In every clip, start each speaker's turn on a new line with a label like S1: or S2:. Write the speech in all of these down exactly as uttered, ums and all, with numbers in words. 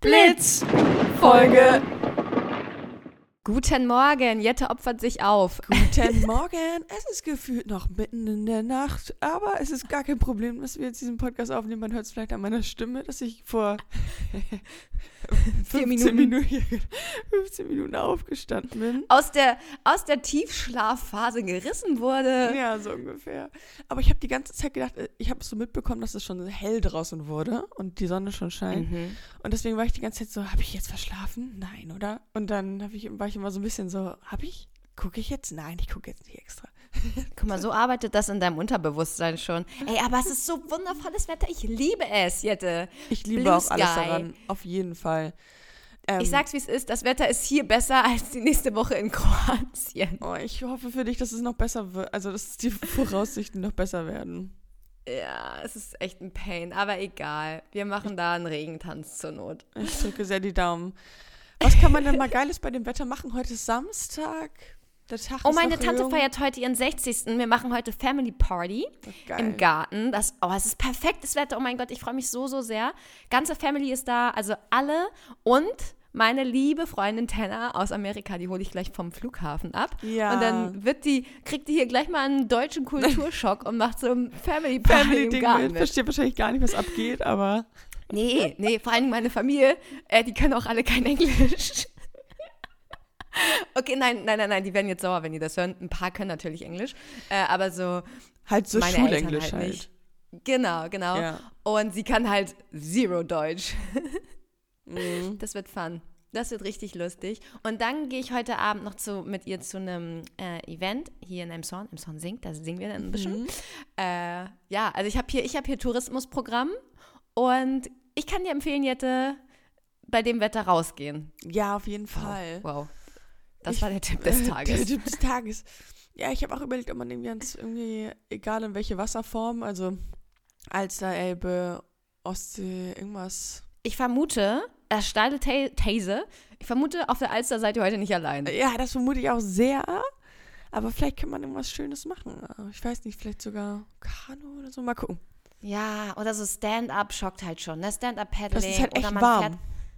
S1: Blitz Folge.
S2: Guten Morgen, Jette opfert sich auf.
S1: Guten Morgen, es ist gefühlt noch mitten in der Nacht, aber es ist gar kein Problem, dass wir jetzt diesen Podcast aufnehmen. Man hört es vielleicht an meiner Stimme, dass ich vor fünfzehn Minuten, fünfzehn Minuten aufgestanden bin.
S2: Aus der, aus der Tiefschlafphase gerissen wurde.
S1: Ja, so ungefähr. Aber ich habe die ganze Zeit gedacht, ich habe so mitbekommen, dass es schon hell draußen wurde und die Sonne schon scheint. Mhm. Und deswegen war ich die ganze Zeit so, habe ich jetzt verschlafen? Nein, oder? Und dann hab ich, war ich immer so ein bisschen so, habe ich? Gucke ich jetzt? Nein, ich gucke jetzt nicht extra.
S2: Guck mal, so arbeitet das in deinem Unterbewusstsein schon. Ey, aber es ist so wundervolles Wetter. Ich liebe es, Jette.
S1: Ich liebe Blue auch Sky. Alles daran, auf jeden Fall.
S2: Ähm, ich sag's, wie es ist. Das Wetter ist hier besser als die nächste Woche in Kroatien.
S1: Oh, ich hoffe für dich, dass es noch besser wird. Also, dass die Voraussichten noch besser werden.
S2: Ja, es ist echt ein Pain. Aber egal. Wir machen da einen Regentanz zur Not.
S1: Ich drücke sehr die Daumen. Was kann man denn mal Geiles bei dem Wetter machen? Heute ist Samstag. Der Tag
S2: oh,
S1: ist
S2: meine
S1: noch
S2: Tante
S1: jung.
S2: feiert heute ihren sechzigsten Wir machen heute Family Party
S1: Geil.
S2: im Garten. Das, oh, es ist perfektes Wetter. Oh mein Gott, ich freue mich so, so sehr. Ganze Family ist da, also alle. Und meine liebe Freundin Tenna aus Amerika, die hole ich gleich vom Flughafen ab.
S1: Ja.
S2: Und dann wird die, kriegt die hier gleich mal einen deutschen Kulturschock und macht so ein Family Party
S1: Family
S2: im
S1: Ding
S2: Garten
S1: mit.
S2: mit.
S1: Verstehe wahrscheinlich gar nicht, was abgeht, aber...
S2: Nee, nee, vor allem meine Familie, äh, die können auch alle kein Englisch. Okay, nein, nein, nein, nein, die werden jetzt sauer, wenn die das hören. Ein paar können natürlich Englisch, äh, aber so
S1: halt so
S2: meine
S1: Schulenglisch
S2: Eltern
S1: halt.
S2: Nicht. Genau, genau.
S1: Ja.
S2: Und sie kann halt zero Deutsch.
S1: Mhm.
S2: Das wird fun. Das wird richtig lustig. Und dann gehe ich heute Abend noch zu, mit ihr zu einem äh, Event hier in Emshorn. Emshorn singt, da singen wir dann ein bisschen. Mhm. Äh, ja, also ich habe hier, ich hab hier Tourismusprogramm und ich kann dir empfehlen, Jette, bei dem Wetter rausgehen.
S1: Ja, auf jeden Fall.
S2: Wow. wow. Das
S1: ich,
S2: war der Tipp des Tages.
S1: Der Tipp des Tages. Ja, ich habe auch überlegt, ob man irgendwie, ganz, irgendwie, egal in welche Wasserform, also Alster, Elbe, Ostsee, irgendwas.
S2: Ich vermute, äh, steile These, ich vermute, auf der Alster seid ihr heute nicht allein.
S1: Ja, das vermute ich auch sehr. Aber vielleicht kann man irgendwas Schönes machen. Ich weiß nicht, vielleicht sogar Kanu oder so. Mal gucken.
S2: Ja, oder so Stand-up schockt halt schon, ne? Stand-up-Paddling.
S1: Das ist halt echt
S2: oder man
S1: warm.
S2: Fährt,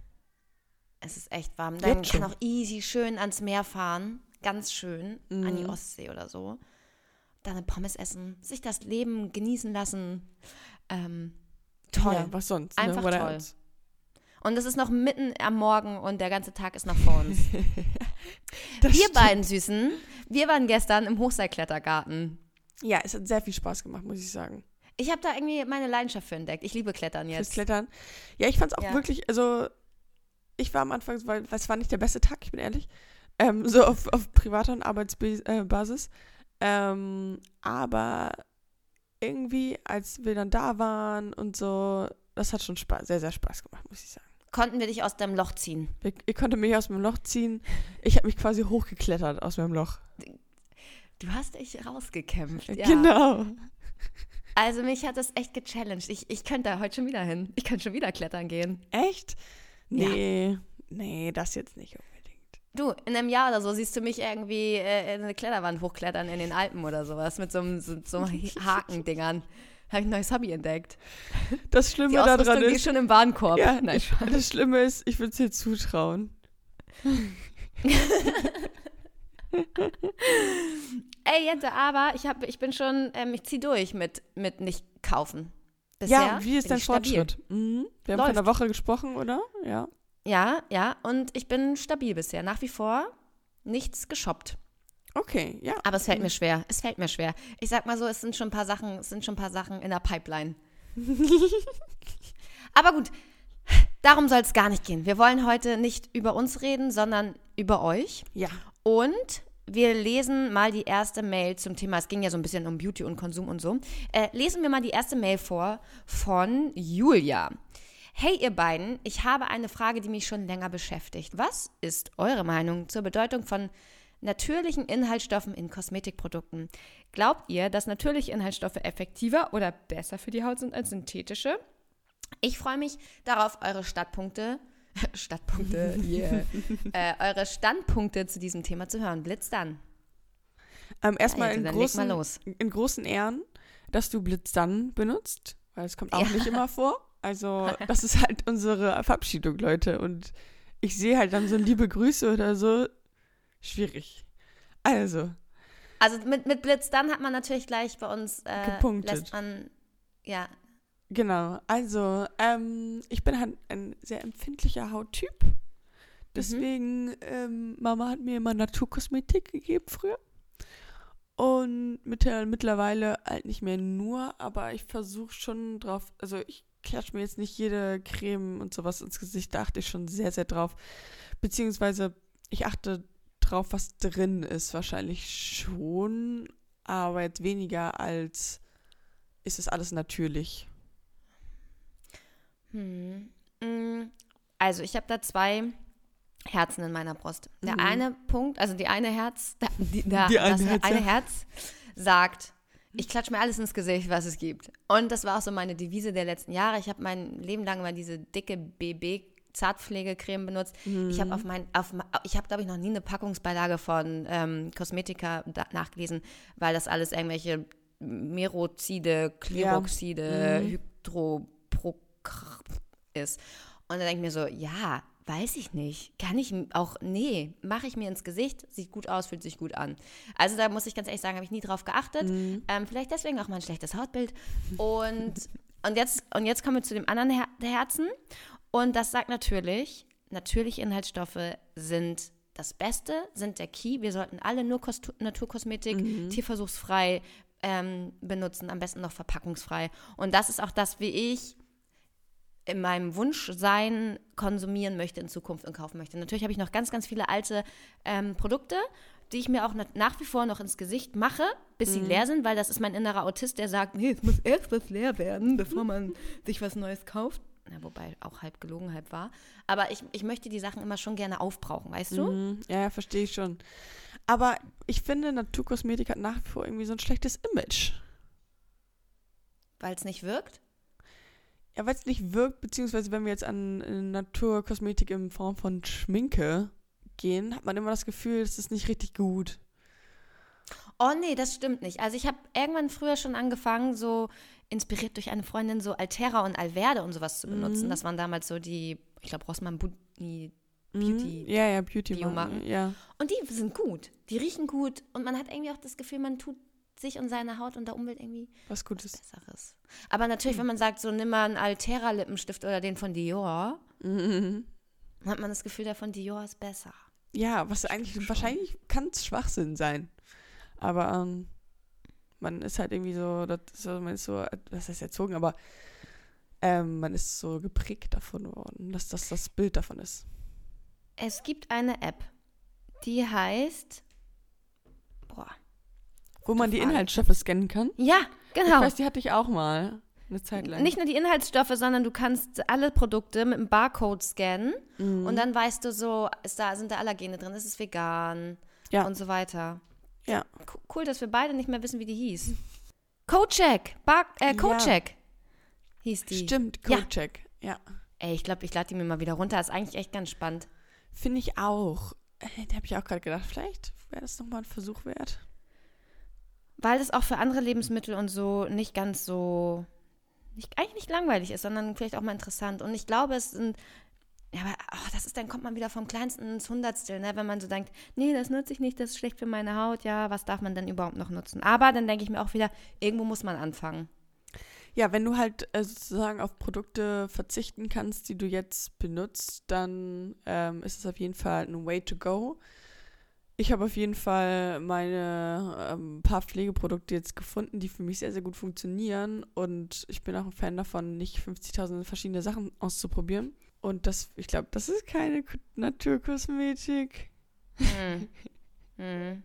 S2: es ist echt warm. Dann
S1: Jetzt
S2: kann
S1: schon.
S2: auch easy schön ans Meer fahren. Ganz schön.
S1: Mhm.
S2: An die Ostsee oder so. Dann eine Pommes essen. Sich das Leben genießen lassen. Ähm, toll.
S1: Ja, was sonst?
S2: Einfach
S1: ne?
S2: toll. Else? Und es ist noch mitten am Morgen und der ganze Tag ist noch vor uns. wir
S1: stimmt.
S2: beiden Süßen, wir waren gestern im Hochseilklettergarten.
S1: Ja, es hat sehr viel Spaß gemacht, muss ich sagen.
S2: Ich habe da irgendwie meine Leidenschaft für entdeckt. Ich liebe Klettern jetzt.
S1: Fürs Klettern. Ja, ich fand es auch
S2: ja.
S1: wirklich, also ich war am Anfang, weil es war nicht der beste Tag, ich bin ehrlich, ähm, so auf, auf privater und Arbeitsbasis. Ähm, aber irgendwie, als wir dann da waren und so, das hat schon Spaß, sehr, sehr Spaß gemacht, muss ich sagen.
S2: Konnten wir dich aus deinem Loch ziehen?
S1: Ihr, ihr konntet mich aus meinem Loch ziehen. Ich habe mich quasi hochgeklettert aus meinem Loch.
S2: Du hast dich rausgekämpft, ja.
S1: Genau.
S2: Also mich hat das echt gechallenged. Ich, ich könnte da heute schon wieder hin. Ich könnte schon wieder klettern gehen.
S1: Echt? Nee,
S2: ja.
S1: nee, das jetzt nicht unbedingt.
S2: Du, in einem Jahr oder so siehst du mich irgendwie äh, in eine Kletterwand hochklettern in den Alpen oder sowas mit so einem so, so Hakendingern. Habe ich ein neues Hobby entdeckt.
S1: Das Schlimme
S2: Die
S1: daran
S2: Ausrüstung
S1: ist...
S2: ist schon im Warenkorb.
S1: Ja,
S2: Nein,
S1: ich, das Schlimme ist, ich würde es dir zutrauen.
S2: Ey, Jette, aber ich, hab, ich bin schon, ähm, ich zieh durch mit, mit nicht kaufen. Bisher
S1: ja, wie ist dein Fortschritt? Mhm. Wir haben
S2: Läuft.
S1: vor einer Woche gesprochen, oder? Ja.
S2: Ja, ja, und ich bin stabil bisher. Nach wie vor nichts geshoppt.
S1: Okay, ja.
S2: Aber es fällt mir schwer. Es fällt mir schwer. Ich sag mal so, es sind schon ein paar Sachen, es sind schon ein paar Sachen in der Pipeline. Aber gut, darum soll es gar nicht gehen. Wir wollen heute nicht über uns reden, sondern über euch.
S1: Ja.
S2: Und wir lesen mal die erste Mail zum Thema, es ging ja so ein bisschen um Beauty und Konsum und so. Äh, lesen wir mal die erste Mail vor von Julia. Hey ihr beiden, ich habe eine Frage, die mich schon länger beschäftigt. Was ist eure Meinung zur Bedeutung von natürlichen Inhaltsstoffen in Kosmetikprodukten? Glaubt ihr, dass natürliche Inhaltsstoffe effektiver oder besser für die Haut sind als synthetische? Ich freue mich darauf, eure Standpunkte, Standpunkte, yeah, äh, eure Standpunkte zu diesem Thema zu hören. Blitz dann.
S1: Ähm, erstmal
S2: ja,
S1: in, großen, in großen Ehren, dass du Blitz dann benutzt, weil es kommt auch
S2: ja.
S1: nicht immer vor. Also, das ist halt unsere Verabschiedung, Leute. Und ich sehe halt dann so liebe Grüße oder so. Schwierig. Also.
S2: Also mit, mit Blitz, dann hat man natürlich gleich bei uns, äh,
S1: gepunktet.
S2: lässt man, ja.
S1: Genau, also ähm, ich bin halt ein sehr empfindlicher Hauttyp. Deswegen, mhm. ähm, Mama hat mir immer Naturkosmetik gegeben früher. Und mit, mittlerweile halt nicht mehr nur, aber ich versuche schon drauf, also ich klatsche mir jetzt nicht jede Creme und sowas ins Gesicht, da achte ich schon sehr, sehr drauf. Beziehungsweise ich achte drauf, was drin ist, wahrscheinlich schon, aber jetzt weniger als ist es alles natürlich.
S2: Hm. Also ich habe da zwei Herzen in meiner Brust. Der mhm. eine Punkt, also die eine Herz, die, der,
S1: die eine
S2: das
S1: Herz,
S2: eine
S1: ja.
S2: Herz sagt, ich klatsche mir alles ins Gesicht, was es gibt. Und das war auch so meine Devise der letzten Jahre. Ich habe mein Leben lang immer diese dicke B B Zartpflegecreme benutzt. Mhm. Ich habe auf mein, auf, ich habe glaube ich noch nie eine Packungsbeilage von ähm, Kosmetika da, nachgelesen, weil das alles irgendwelche Merozide, Kleroxide, ja. Hydropro ist. Und dann denke ich mir so, ja, weiß ich nicht. Kann ich auch, nee, mache ich mir ins Gesicht, sieht gut aus, fühlt sich gut an. Also da muss ich ganz ehrlich sagen, habe ich nie drauf geachtet. Mhm. Ähm, vielleicht deswegen auch mal ein schlechtes Hautbild. Und, und, jetzt, und jetzt kommen wir zu dem anderen Her- Herzen. Und das sagt natürlich, natürliche Inhaltsstoffe sind das Beste, sind der Key. Wir sollten alle nur Kost- Naturkosmetik, mhm. tierversuchsfrei ähm, benutzen, am besten noch verpackungsfrei. Und das ist auch das, wie ich in meinem Wunschsein konsumieren möchte in Zukunft und kaufen möchte. Natürlich habe ich noch ganz, ganz viele alte ähm, Produkte, die ich mir auch na- nach wie vor noch ins Gesicht mache, bis mhm. sie leer sind, weil das ist mein innerer Autist, der sagt, nee, es muss erst was leer werden, bevor man sich was Neues kauft. Ja, wobei auch halb gelogen, halb wahr. Aber ich, ich möchte die Sachen immer schon gerne aufbrauchen, weißt du?
S1: Mhm. Ja, ja, verstehe ich schon. Aber ich finde, Naturkosmetik hat nach wie vor irgendwie so ein schlechtes Image.
S2: Weil es nicht wirkt?
S1: Ja, weil es nicht wirkt, beziehungsweise wenn wir jetzt an äh, Naturkosmetik in Form von Schminke gehen, hat man immer das Gefühl, es ist nicht richtig gut.
S2: Oh nee, das stimmt nicht. Also ich habe irgendwann früher schon angefangen, so inspiriert durch eine Freundin, so Altera und Alverde und sowas zu benutzen. Mhm. Das waren damals so die, ich glaube, Rossmann Beauty, Beauty
S1: mhm. Ja, ja, Beauty
S2: Biomarken.
S1: Ja.
S2: Und die sind gut. Die riechen gut und man hat irgendwie auch das Gefühl, man tut sich und seiner Haut und der Umwelt irgendwie
S1: was Gutes.
S2: Was Besseres. Aber natürlich, mhm. wenn man sagt, so nimm mal einen Altera-Lippenstift oder den von Dior, mhm. dann hat man das Gefühl, der von Dior ist besser.
S1: Ja, was eigentlich, schon. Wahrscheinlich kann es Schwachsinn sein. Aber ähm, man ist halt irgendwie so, das ist, man ist so, was heißt erzogen, aber ähm, man ist so geprägt davon worden, dass das das Bild davon ist.
S2: Es gibt eine App, die heißt, boah,
S1: wo man die Inhaltsstoffe scannen kann?
S2: Ja, genau.
S1: Ich weiß, die hatte ich auch mal eine Zeit lang.
S2: Nicht nur die Inhaltsstoffe, sondern du kannst alle Produkte mit einem Barcode scannen mhm. und dann weißt du so, ist da, sind da Allergene drin, ist es vegan
S1: ja.
S2: und so weiter.
S1: Ja.
S2: Cool, dass wir beide nicht mehr wissen, wie die hieß. Codecheck, Bar- äh, Codecheck ja. hieß die.
S1: Stimmt, Codecheck, ja. ja.
S2: Ey, ich glaube, ich lade die mir mal wieder runter. Ist eigentlich echt ganz spannend.
S1: Finde ich auch. Da habe ich auch gerade gedacht, vielleicht wäre das nochmal ein Versuch wert.
S2: Weil das auch für andere Lebensmittel und so nicht ganz so, nicht, eigentlich nicht langweilig ist, sondern vielleicht auch mal interessant. Und ich glaube, es sind, ja, aber oh, das ist, dann kommt man wieder vom Kleinsten ins Hundertstel, ne? Wenn man so denkt, nee, das nutze ich nicht, das ist schlecht für meine Haut, ja, was darf man denn überhaupt noch nutzen? Aber dann denke ich mir auch wieder, irgendwo muss man anfangen.
S1: Ja, wenn du halt äh, sozusagen auf Produkte verzichten kannst, die du jetzt benutzt, dann ähm, ist es auf jeden Fall ein Way to go. Ich habe auf jeden Fall meine ähm, paar Pflegeprodukte jetzt gefunden, die für mich sehr, sehr gut funktionieren. Und ich bin auch ein Fan davon, nicht fünfzigtausend verschiedene Sachen auszuprobieren. Und das, ich glaube, das ist keine K- Naturkosmetik.
S2: Mhm. Mhm.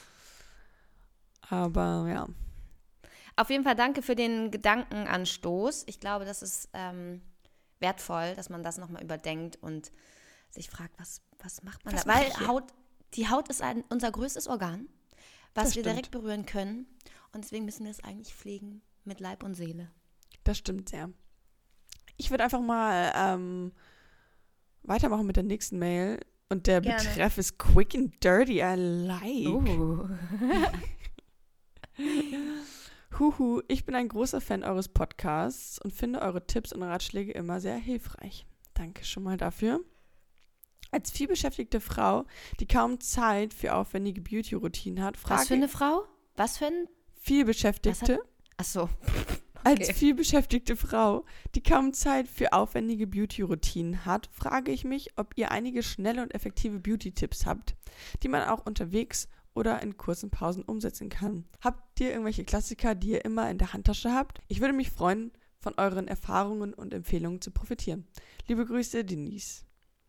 S1: Aber ja.
S2: Auf jeden Fall danke für den Gedankenanstoß. Ich glaube, das ist ähm, wertvoll, dass man das nochmal überdenkt und sich fragt, was, was macht man
S1: was
S2: da? Weil Haut, die Haut ist ein, unser größtes Organ, was
S1: das
S2: wir
S1: stimmt.
S2: direkt berühren können. Und deswegen müssen wir es eigentlich pflegen mit Leib und Seele.
S1: Das stimmt sehr. Ich würde einfach mal ähm, weitermachen mit der nächsten Mail. Und der
S2: Gerne.
S1: Betreff ist Quick and Dirty, I like.
S2: Uh.
S1: Huhu, ich bin ein großer Fan eures Podcasts und finde eure Tipps und Ratschläge immer sehr hilfreich. Danke schon mal dafür. Als vielbeschäftigte Frau, die kaum Zeit für aufwendige Beauty-Routinen hat, frage
S2: Was für eine Frau? Was für ein...
S1: Vielbeschäftigte?
S2: Ach so.
S1: Als vielbeschäftigte Frau, die kaum Zeit für aufwendige Beauty-Routinen hat, frage ich mich, ob ihr einige schnelle und effektive Beauty-Tipps habt, die man auch unterwegs oder in kurzen Pausen umsetzen kann. Habt ihr irgendwelche Klassiker, die ihr immer in der Handtasche habt? Ich würde mich freuen, von euren Erfahrungen und Empfehlungen zu profitieren. Liebe Grüße, Denise.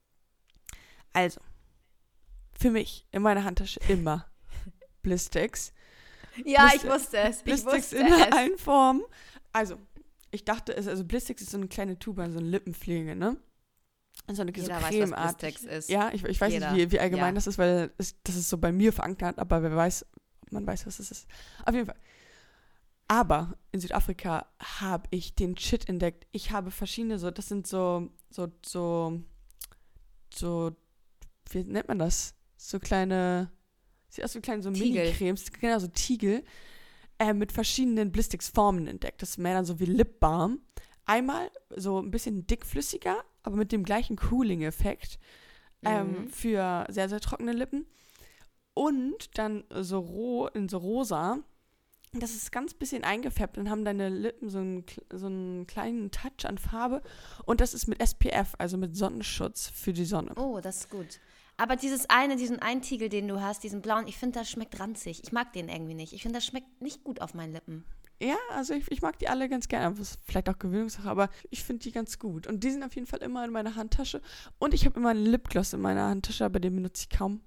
S1: Also, für mich in meiner Handtasche immer Blistex.
S2: Ja,
S1: Blistex,
S2: ich wusste es. Ich
S1: Blistex
S2: wusste
S1: in
S2: es.
S1: allen Formen. Also, ich dachte, es, also Blistex ist so eine kleine Tube, so eine Lippenpflege, ne? So eine so
S2: Jeder weiß, was
S1: Cremeart.
S2: Blistex ist.
S1: Ja, ich, ich weiß
S2: Jeder.
S1: nicht, wie, wie allgemein
S2: Ja.
S1: das ist, weil es, das ist so bei mir verankert, aber wer weiß, ob man weiß, was das ist. Auf jeden Fall. Aber in Südafrika habe ich den Shit entdeckt. Ich habe verschiedene, so, das sind so, so, so, so, wie nennt man das? So kleine, sieht aus wie kleine so
S2: Tiegel.
S1: Mini-Cremes, genau, so Tiegel, äh, mit verschiedenen Blistex-Formen entdeckt. Das ist mehr dann so wie Lip Balm. Einmal so ein bisschen dickflüssiger, aber mit dem gleichen Cooling-Effekt ähm,
S2: Mhm.
S1: für sehr, sehr trockene Lippen. Und dann so roh, in so rosa. Das ist ganz bisschen eingefärbt. Dann haben deine Lippen so einen, so einen kleinen Touch an Farbe. Und das ist mit S P F, also mit Sonnenschutz für die Sonne.
S2: Oh, das ist gut. Aber dieses eine, diesen einen Tiegel, den du hast, diesen blauen, ich finde, das schmeckt ranzig. Ich mag den irgendwie nicht. Ich finde, das schmeckt nicht gut auf meinen Lippen.
S1: Ja, also ich, ich mag die alle ganz gerne. Das ist vielleicht auch Gewöhnungssache, aber ich finde die ganz gut. Und die sind auf jeden Fall immer in meiner Handtasche. Und ich habe immer einen Lipgloss in meiner Handtasche, aber den benutze ich kaum.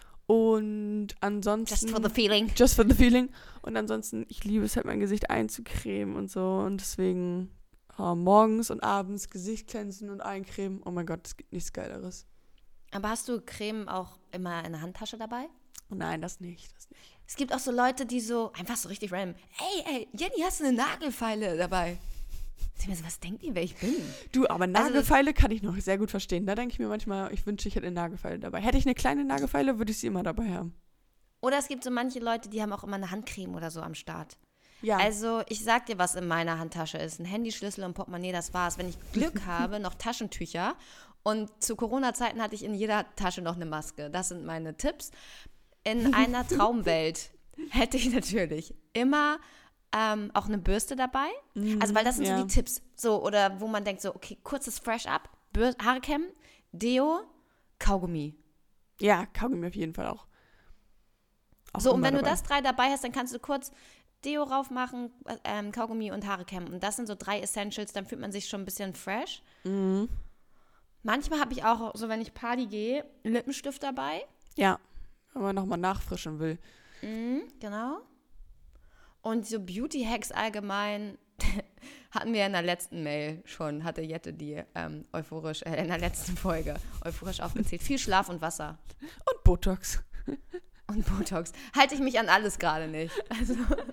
S1: Und ansonsten...
S2: Just for the feeling.
S1: Just for the feeling. Und ansonsten, ich liebe es halt, mein Gesicht einzucremen und so. Und deswegen oh, morgens und abends Gesicht glänzen und eincremen. Oh mein Gott, es gibt nichts Geileres.
S2: Aber hast du Creme auch immer in der Handtasche dabei?
S1: Oh nein, das nicht, das nicht.
S2: Es gibt auch so Leute, die so, einfach so richtig random, ey, ey, Jenny, hast du eine Nagelfeile dabei? Ich denke mir so, was denkt ihr, wer ich bin?
S1: Du, aber
S2: Also
S1: Nagelfeile kann ich noch sehr gut verstehen. Da denke ich mir manchmal, ich wünsche, ich hätte eine Nagelfeile dabei. Hätte ich eine kleine Nagelfeile, würde ich sie immer dabei haben.
S2: Oder es gibt so manche Leute, die haben auch immer eine Handcreme oder so am Start.
S1: Ja.
S2: Also, ich sag dir, was in meiner Handtasche ist. Ein Handyschlüssel und Portemonnaie, das war's. Wenn ich Glück habe, noch Taschentücher. Und zu Corona-Zeiten hatte ich in jeder Tasche noch eine Maske. Das sind meine Tipps. In einer Traumwelt hätte ich natürlich immer ähm, auch eine Bürste dabei. Also, weil das sind
S1: ja.
S2: so die Tipps. So, oder wo man denkt so, okay, kurzes Fresh-Up, Bür- Haare kämmen, Deo, Kaugummi.
S1: Ja, Kaugummi auf jeden Fall auch. auch
S2: So, und
S1: immer
S2: wenn du
S1: dabei.
S2: das drei dabei hast, dann kannst du kurz Deo raufmachen, ähm, Kaugummi und Haare kämmen. Und das sind so drei Essentials, dann fühlt man sich schon ein bisschen fresh.
S1: Mhm.
S2: Manchmal habe ich auch, so wenn ich Party gehe, einen Lippenstift dabei.
S1: Ja, wenn man nochmal nachfrischen will.
S2: Mhm, genau. Und so Beauty-Hacks allgemein hatten wir in der letzten Mail schon, hatte Jette die ähm, euphorisch, äh, in der letzten Folge euphorisch aufgezählt. Viel Schlaf und Wasser.
S1: Und Botox.
S2: Und Botox. Halte ich mich an alles gerade nicht. Also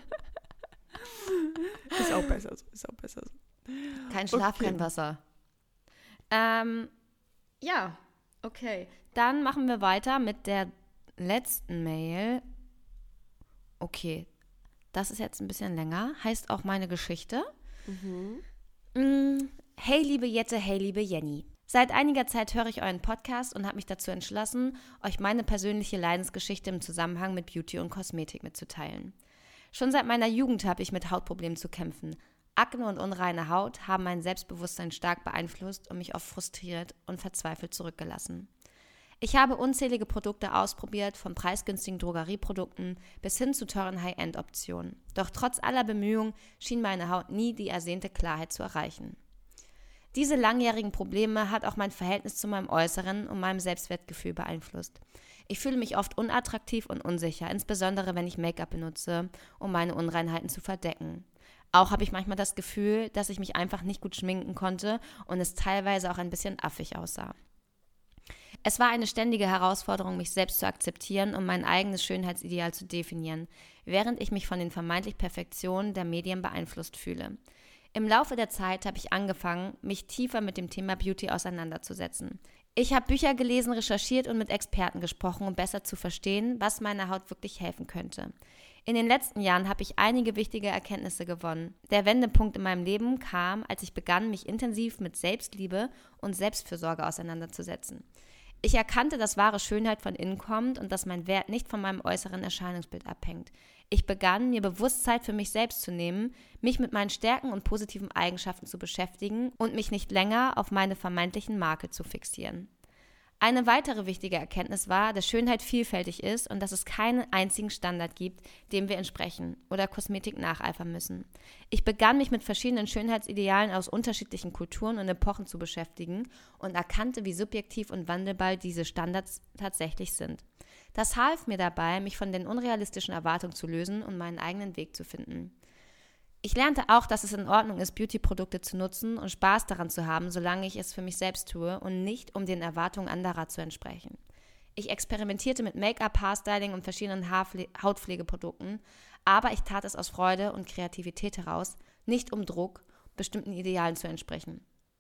S1: Ist auch besser so, ist auch besser so.
S2: kein Schlaf,
S1: Okay.
S2: kein Wasser. Ähm, ja, okay. Dann machen wir weiter mit der letzten Mail. Okay, das ist jetzt ein bisschen länger. Heißt auch meine Geschichte. Mm, Hey, liebe Jette, hey, liebe Jenny. Seit einiger Zeit höre ich euren Podcast und habe mich dazu entschlossen, euch meine persönliche Leidensgeschichte im Zusammenhang mit Beauty und Kosmetik mitzuteilen. Schon seit meiner Jugend habe ich mit Hautproblemen zu kämpfen. Akne und unreine Haut haben mein Selbstbewusstsein stark beeinflusst und mich oft frustriert und verzweifelt zurückgelassen. Ich habe unzählige Produkte ausprobiert, von preisgünstigen Drogerieprodukten bis hin zu teuren High-End-Optionen. Doch trotz aller Bemühungen schien meine Haut nie die ersehnte Klarheit zu erreichen. Diese langjährigen Probleme hat auch mein Verhältnis zu meinem Äußeren und meinem Selbstwertgefühl beeinflusst. Ich fühle mich oft unattraktiv und unsicher, insbesondere wenn ich Make-up benutze, um meine Unreinheiten zu verdecken. Auch habe ich manchmal das Gefühl, dass ich mich einfach nicht gut schminken konnte und es teilweise auch ein bisschen affig aussah. Es war eine ständige Herausforderung, mich selbst zu akzeptieren und mein eigenes Schönheitsideal zu definieren, während ich mich von den vermeintlichen Perfektionen der Medien beeinflusst fühle. Im Laufe der Zeit habe ich angefangen, mich tiefer mit dem Thema Beauty auseinanderzusetzen. Ich habe Bücher gelesen, recherchiert und mit Experten gesprochen, um besser zu verstehen, was meiner Haut wirklich helfen könnte. In den letzten Jahren habe ich einige wichtige Erkenntnisse gewonnen. Der Wendepunkt in meinem Leben kam, als ich begann, mich intensiv mit Selbstliebe und Selbstfürsorge auseinanderzusetzen. Ich erkannte, dass wahre Schönheit von innen kommt und dass mein Wert nicht von meinem äußeren Erscheinungsbild abhängt. Ich begann, mir bewusst Zeit für mich selbst zu nehmen, mich mit meinen Stärken und positiven Eigenschaften zu beschäftigen und mich nicht länger auf meine vermeintlichen Makel zu fixieren. Eine weitere wichtige Erkenntnis war, dass Schönheit vielfältig ist und dass es keinen einzigen Standard gibt, dem wir entsprechen oder Kosmetik nacheifern müssen. Ich begann, mich mit verschiedenen Schönheitsidealen aus unterschiedlichen Kulturen und Epochen zu beschäftigen und erkannte, wie subjektiv und wandelbar diese Standards tatsächlich sind. Das half mir dabei, mich von den unrealistischen Erwartungen zu lösen und meinen eigenen Weg zu finden. Ich lernte auch, dass es in Ordnung ist, Beauty-Produkte zu nutzen und Spaß daran zu haben, solange ich es für mich selbst tue und nicht, um den Erwartungen anderer zu entsprechen. Ich experimentierte mit Make-up, Haarstyling und verschiedenen Haarpfle- Hautpflegeprodukten, aber ich tat es aus Freude und Kreativität heraus, nicht um Druck, bestimmten Idealen zu entsprechen.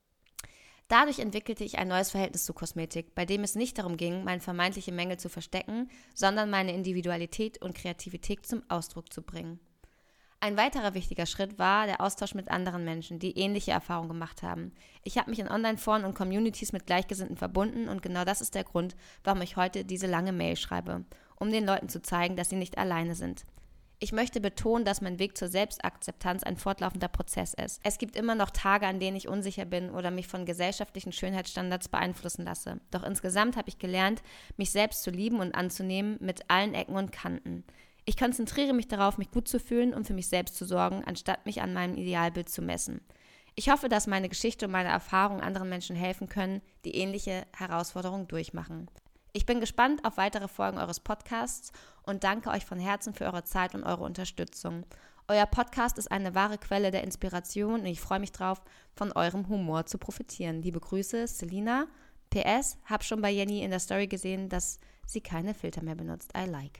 S2: Dadurch entwickelte ich ein neues Verhältnis zu Kosmetik, bei dem es nicht darum ging, meine vermeintliche Mängel zu verstecken, sondern meine Individualität und Kreativität zum Ausdruck zu bringen. Ein weiterer wichtiger Schritt war der Austausch mit anderen Menschen, die ähnliche Erfahrungen gemacht haben. Ich habe mich in Online-Foren und Communities mit Gleichgesinnten verbunden und genau das ist der Grund, warum ich heute diese lange Mail schreibe, um den Leuten zu zeigen, dass sie nicht alleine sind. Ich möchte betonen, dass mein Weg zur Selbstakzeptanz ein fortlaufender Prozess ist. Es gibt immer noch Tage, an denen ich unsicher bin oder mich von gesellschaftlichen Schönheitsstandards beeinflussen lasse. Doch insgesamt habe ich gelernt, mich selbst zu lieben und anzunehmen mit allen Ecken und Kanten. Ich konzentriere mich darauf, mich gut zu fühlen und für mich selbst zu sorgen, anstatt mich an meinem Idealbild zu messen. Ich hoffe, dass meine Geschichte und meine Erfahrungen anderen Menschen helfen können, die ähnliche Herausforderungen durchmachen. Ich bin gespannt auf weitere Folgen eures Podcasts und danke euch von Herzen für eure Zeit und eure Unterstützung. Euer Podcast ist eine wahre Quelle der Inspiration und ich freue mich drauf, von eurem Humor zu profitieren. Liebe Grüße, Selina. P S. Hab schon bei Jenny in der Story gesehen, dass sie keine Filter mehr benutzt. I like.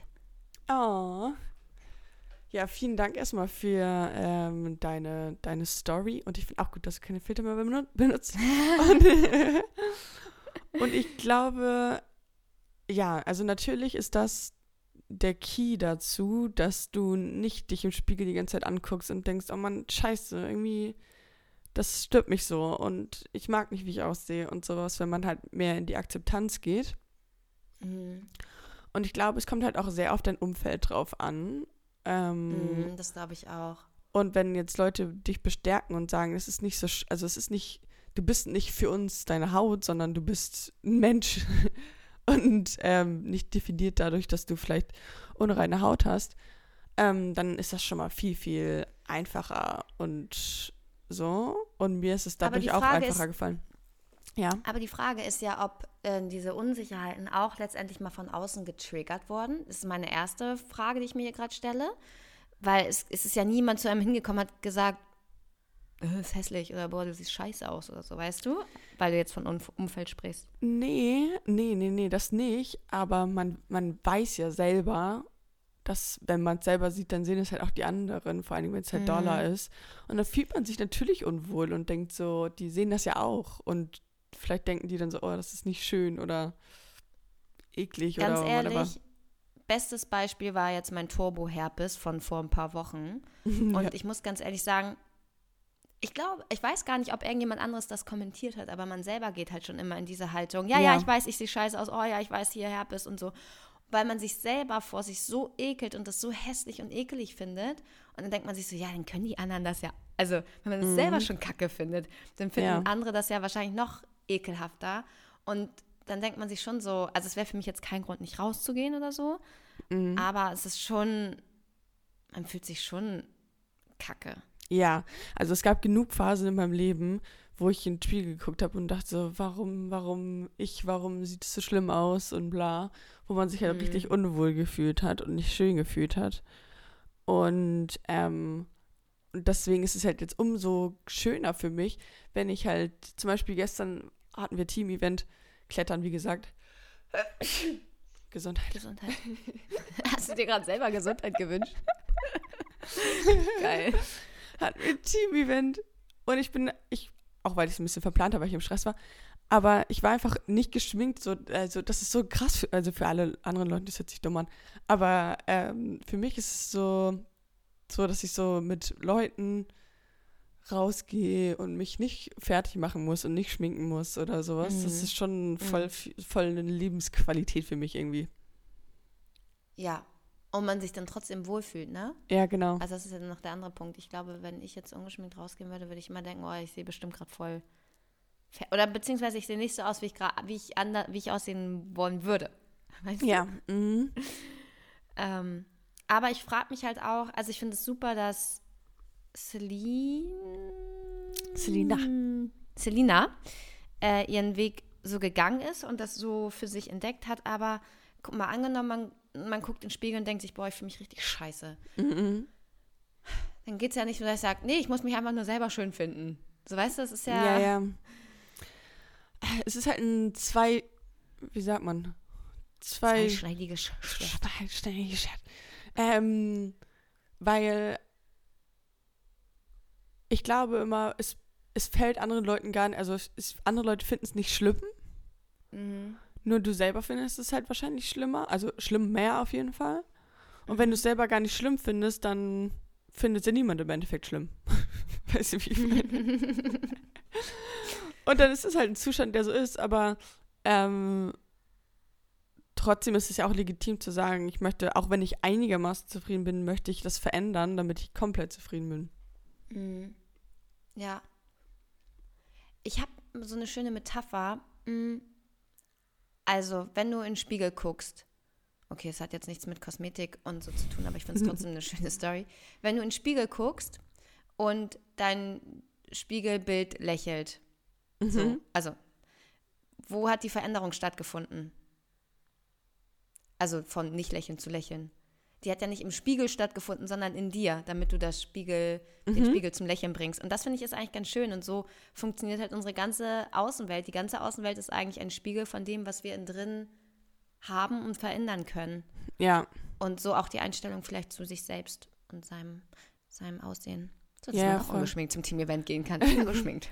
S1: Oh. Ja, vielen Dank erstmal für ähm, deine, deine Story. Und ich finde auch gut, dass du keine Filter mehr benut- benutzt. und, und ich glaube, ja, also natürlich ist das der Key dazu, dass du nicht dich im Spiegel die ganze Zeit anguckst und denkst, oh Mann, scheiße, irgendwie, das stört mich so und ich mag nicht, wie ich aussehe und sowas, wenn man halt mehr in die Akzeptanz geht.
S2: Mhm.
S1: Und ich glaube, es kommt halt auch sehr auf dein Umfeld drauf an. Ähm,
S2: mm, das glaube ich auch.
S1: Und wenn jetzt Leute dich bestärken und sagen, es ist nicht so, sch- also es ist nicht, du bist nicht für uns deine Haut, sondern du bist ein Mensch und ähm, nicht definiert dadurch, dass du vielleicht unreine Haut hast, ähm, dann ist das schon mal viel, viel einfacher und so. Und mir ist es dadurch auch einfacher
S2: ist,
S1: gefallen. Ja.
S2: Aber die Frage ist ja, ob äh, diese Unsicherheiten auch letztendlich mal von außen getriggert wurden. Das ist meine erste Frage, die ich mir hier gerade stelle. Weil es, es ist ja niemand zu einem hingekommen und hat gesagt, äh, ist hässlich oder boah, du siehst scheiße aus oder so, weißt du? Weil du jetzt von um- Umfeld sprichst.
S1: Nee, nee, nee, nee, das nicht. Aber man, man weiß ja selber, dass, wenn man es selber sieht, dann sehen es halt auch die anderen, vor allem wenn es halt
S2: Mhm.
S1: Dollar ist. Und dann fühlt man sich natürlich unwohl und denkt so, die sehen das ja auch. Und vielleicht denken die dann so, oh, das ist nicht schön oder eklig
S2: Ganz
S1: oder
S2: ehrlich,
S1: whatever.
S2: bestes Beispiel war jetzt mein Turbo-Herpes von vor ein paar Wochen. Und
S1: Ja.
S2: ich muss ganz ehrlich sagen, ich glaube, ich weiß gar nicht, ob irgendjemand anderes das kommentiert hat, aber man selber geht halt schon immer in diese Haltung. Ja, ja,
S1: Ja.
S2: ich weiß, ich sehe scheiße aus. Oh ja, ich weiß, hier Herpes und so. Weil man sich selber vor sich so ekelt und das so hässlich und ekelig findet. Und dann denkt man sich so, ja, dann können die anderen das ja. Also, wenn man es
S1: Mhm.
S2: selber schon kacke findet, dann finden
S1: Ja.
S2: andere das ja wahrscheinlich noch ekelhafter. Und dann denkt man sich schon so, also es wäre für mich jetzt kein Grund, nicht rauszugehen oder so.
S1: Mhm.
S2: Aber es ist schon, man fühlt sich schon kacke.
S1: Ja, also es gab genug Phasen in meinem Leben, wo ich in den Spiegel geguckt habe und dachte so, warum, warum ich, warum sieht es so schlimm aus und bla, wo man sich halt
S2: Mhm.
S1: richtig unwohl gefühlt hat und nicht schön gefühlt hat. Und ähm, und deswegen ist es halt jetzt umso schöner für mich, wenn ich halt, zum Beispiel gestern hatten wir Team-Event, Klettern, wie gesagt. Gesundheit.
S2: Gesundheit. Hast du dir gerade selber Gesundheit gewünscht? Geil.
S1: Hatten wir ein Team-Event und ich bin, ich, auch weil ich es ein bisschen verplant habe, weil ich im Stress war, Aber ich war einfach nicht geschminkt, so, also das ist so krass, für, also für alle anderen Leute, das hört sich dumm an. Aber ähm, für mich ist es so, so, dass ich so mit Leuten rausgehe und mich nicht fertig machen muss und nicht schminken muss oder sowas.
S2: Mhm.
S1: Das ist schon
S2: Mhm.
S1: voll, voll eine Lebensqualität für mich irgendwie.
S2: Ja. Und man sich dann trotzdem wohlfühlt, ne?
S1: Ja, genau.
S2: Also das ist ja noch der andere Punkt. Ich glaube, wenn ich jetzt ungeschminkt rausgehen würde, würde ich immer denken, oh, ich sehe bestimmt gerade voll fe- oder beziehungsweise ich sehe nicht so aus, wie ich gerade, wie ich ander, wie ich aussehen wollen würde. Weißt du?
S1: Ja. Mhm.
S2: Ähm, aber ich frage mich halt auch, also ich finde es super, dass Celine
S1: Selina.
S2: Selina äh, ihren Weg so gegangen ist und das so für sich entdeckt hat, aber guck mal, angenommen, man, man guckt in den Spiegel und denkt sich, boah, ich fühle mich richtig scheiße.
S1: Mhm.
S2: Dann geht es ja nicht nur, dass ich sage, nee, ich muss mich einfach nur selber schön finden. So, weißt du, das ist ja...
S1: Ja, ja. Es ist halt ein zwei, wie sagt man? Zwei
S2: zweischneidiges Schwert.
S1: Zweischneidiges Schwert. Ähm, weil ich glaube immer, es, es fällt anderen Leuten gar nicht, also es, es, andere Leute finden es nicht schlimm,
S2: Mhm.
S1: nur du selber findest es halt wahrscheinlich schlimmer, also schlimm mehr auf jeden Fall. Und wenn du es selber gar nicht schlimm findest, dann findet es ja niemand im Endeffekt schlimm. Weißt du, wie ich meine? Und dann ist es halt ein Zustand, der so ist, aber ähm, trotzdem ist es ja auch legitim zu sagen, ich möchte, auch wenn ich einigermaßen zufrieden bin, möchte ich das verändern, damit ich komplett zufrieden bin.
S2: Mhm. Ja. Ich habe so eine schöne Metapher. Mm. Also, wenn du in den Spiegel guckst, okay, es hat jetzt nichts mit Kosmetik und so zu tun, aber ich finde es trotzdem eine schöne Story. Wenn du in den Spiegel guckst und dein Spiegelbild lächelt, so,
S1: Mhm.
S2: also, wo hat die Veränderung stattgefunden? Also von nicht lächeln zu lächeln. Die hat ja nicht im Spiegel stattgefunden, sondern in dir, damit du das Spiegel, den
S1: Mhm.
S2: Spiegel zum Lächeln bringst. Und das finde ich ist eigentlich ganz schön. Und so funktioniert halt unsere ganze Außenwelt. Die ganze Außenwelt ist eigentlich ein Spiegel von dem, was wir innen drin haben und verändern können.
S1: Ja.
S2: Und so auch die Einstellung vielleicht zu sich selbst und seinem, seinem Aussehen. So, dass
S1: Ja,
S2: man auch
S1: voll.
S2: ungeschminkt zum Team-Event gehen kann. Ich bin geschminkt.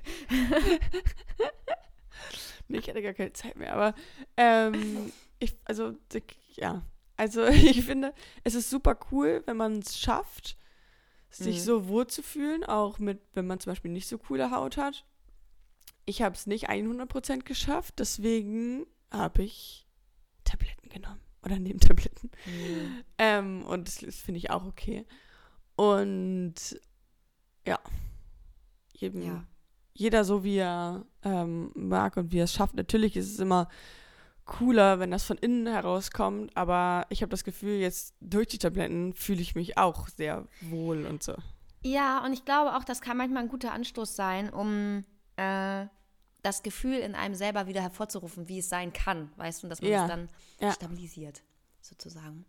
S1: Nee, ich hatte gar keine Zeit mehr, aber ähm, ich, also, ich- ja. Also ich finde, es ist super cool, wenn man es schafft, sich
S2: Mhm.
S1: so wohl zu fühlen, auch mit, wenn man zum Beispiel nicht so coole Haut hat. Ich habe es nicht hundert Prozent geschafft, deswegen habe ich Tabletten genommen oder Nebentabletten.
S2: Mhm.
S1: Ähm, und das, das finde ich auch okay. Und ja, eben
S2: Ja.
S1: jeder so, wie er ähm, mag und wie er es schafft. Natürlich ist es immer cooler, wenn das von innen herauskommt, aber ich habe das Gefühl, jetzt durch die Tabletten fühle ich mich auch sehr wohl und so.
S2: Ja, und ich glaube auch, das kann manchmal ein guter Anstoß sein, um äh, das Gefühl in einem selber wieder hervorzurufen, wie es sein kann, weißt du, und dass man
S1: Ja,
S2: es dann
S1: ja.
S2: stabilisiert, sozusagen.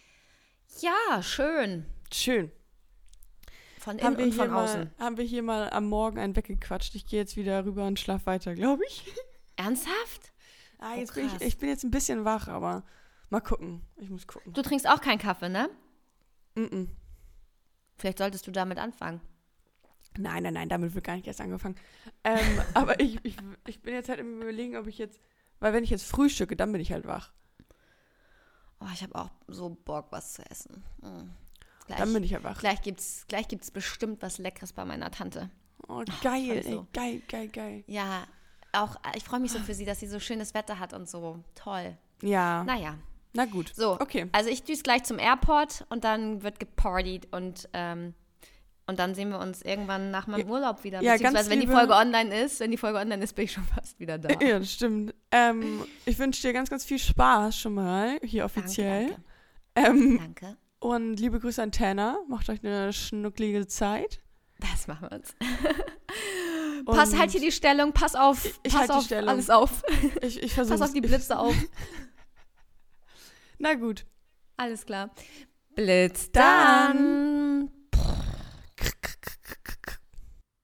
S2: Ja, schön.
S1: Schön.
S2: Von
S1: Haben
S2: innen
S1: wir,
S2: und
S1: hier
S2: von außen.
S1: mal, haben wir hier mal am Morgen einen weggequatscht. Ich gehe jetzt wieder rüber und schlaf weiter, glaube ich.
S2: Ernsthaft?
S1: Ah,
S2: Oh,
S1: jetzt bin ich,
S2: krass.
S1: ich bin jetzt ein bisschen wach, aber mal gucken. Ich muss gucken.
S2: Du trinkst auch keinen Kaffee, ne?
S1: Mm-mm.
S2: Vielleicht solltest du damit anfangen.
S1: Nein, nein, nein, damit wird gar nicht erst angefangen. Ähm, aber ich, ich, ich bin jetzt halt im Überlegen, ob ich jetzt, weil wenn ich jetzt frühstücke, dann bin ich halt wach.
S2: Oh, ich habe auch so Bock, was zu essen. Mm. Gleich,
S1: Dann bin ich halt wach.
S2: gleich gibt's, gleich gibt's bestimmt was Leckeres bei meiner Tante.
S1: Oh, geil,
S2: voll
S1: ey,
S2: so.
S1: geil, geil, geil.
S2: Ja, auch, ich freue mich so für sie, dass sie so schönes Wetter hat und so. Toll.
S1: Ja,
S2: Naja,
S1: na gut.
S2: so.
S1: Okay.
S2: Also ich düse gleich zum Airport und dann wird gepartied und, ähm, und dann sehen wir uns irgendwann nach meinem
S1: Ja,
S2: Urlaub wieder.
S1: ja,
S2: Beziehungsweise
S1: ganz
S2: wenn die
S1: liebe-
S2: Folge online ist, wenn die Folge online ist, bin ich schon fast wieder da.
S1: Ja, das stimmt. Ähm, ich wünsche dir ganz, ganz viel Spaß schon mal, hier offiziell.
S2: Danke,
S1: Ähm,
S2: danke. danke.
S1: und liebe Grüße an Tanner. Macht euch eine schnucklige Zeit.
S2: Das machen wir uns.
S1: Und
S2: Pass halt hier die Stellung, pass auf,
S1: Ich- ich
S2: pass
S1: halt die
S2: auf
S1: Stellung.
S2: alles auf.
S1: Ich, ich versuche
S2: Pass auf die Blitze auf.
S1: Na gut.
S2: Alles klar. Blitz
S1: Dann.
S2: dann.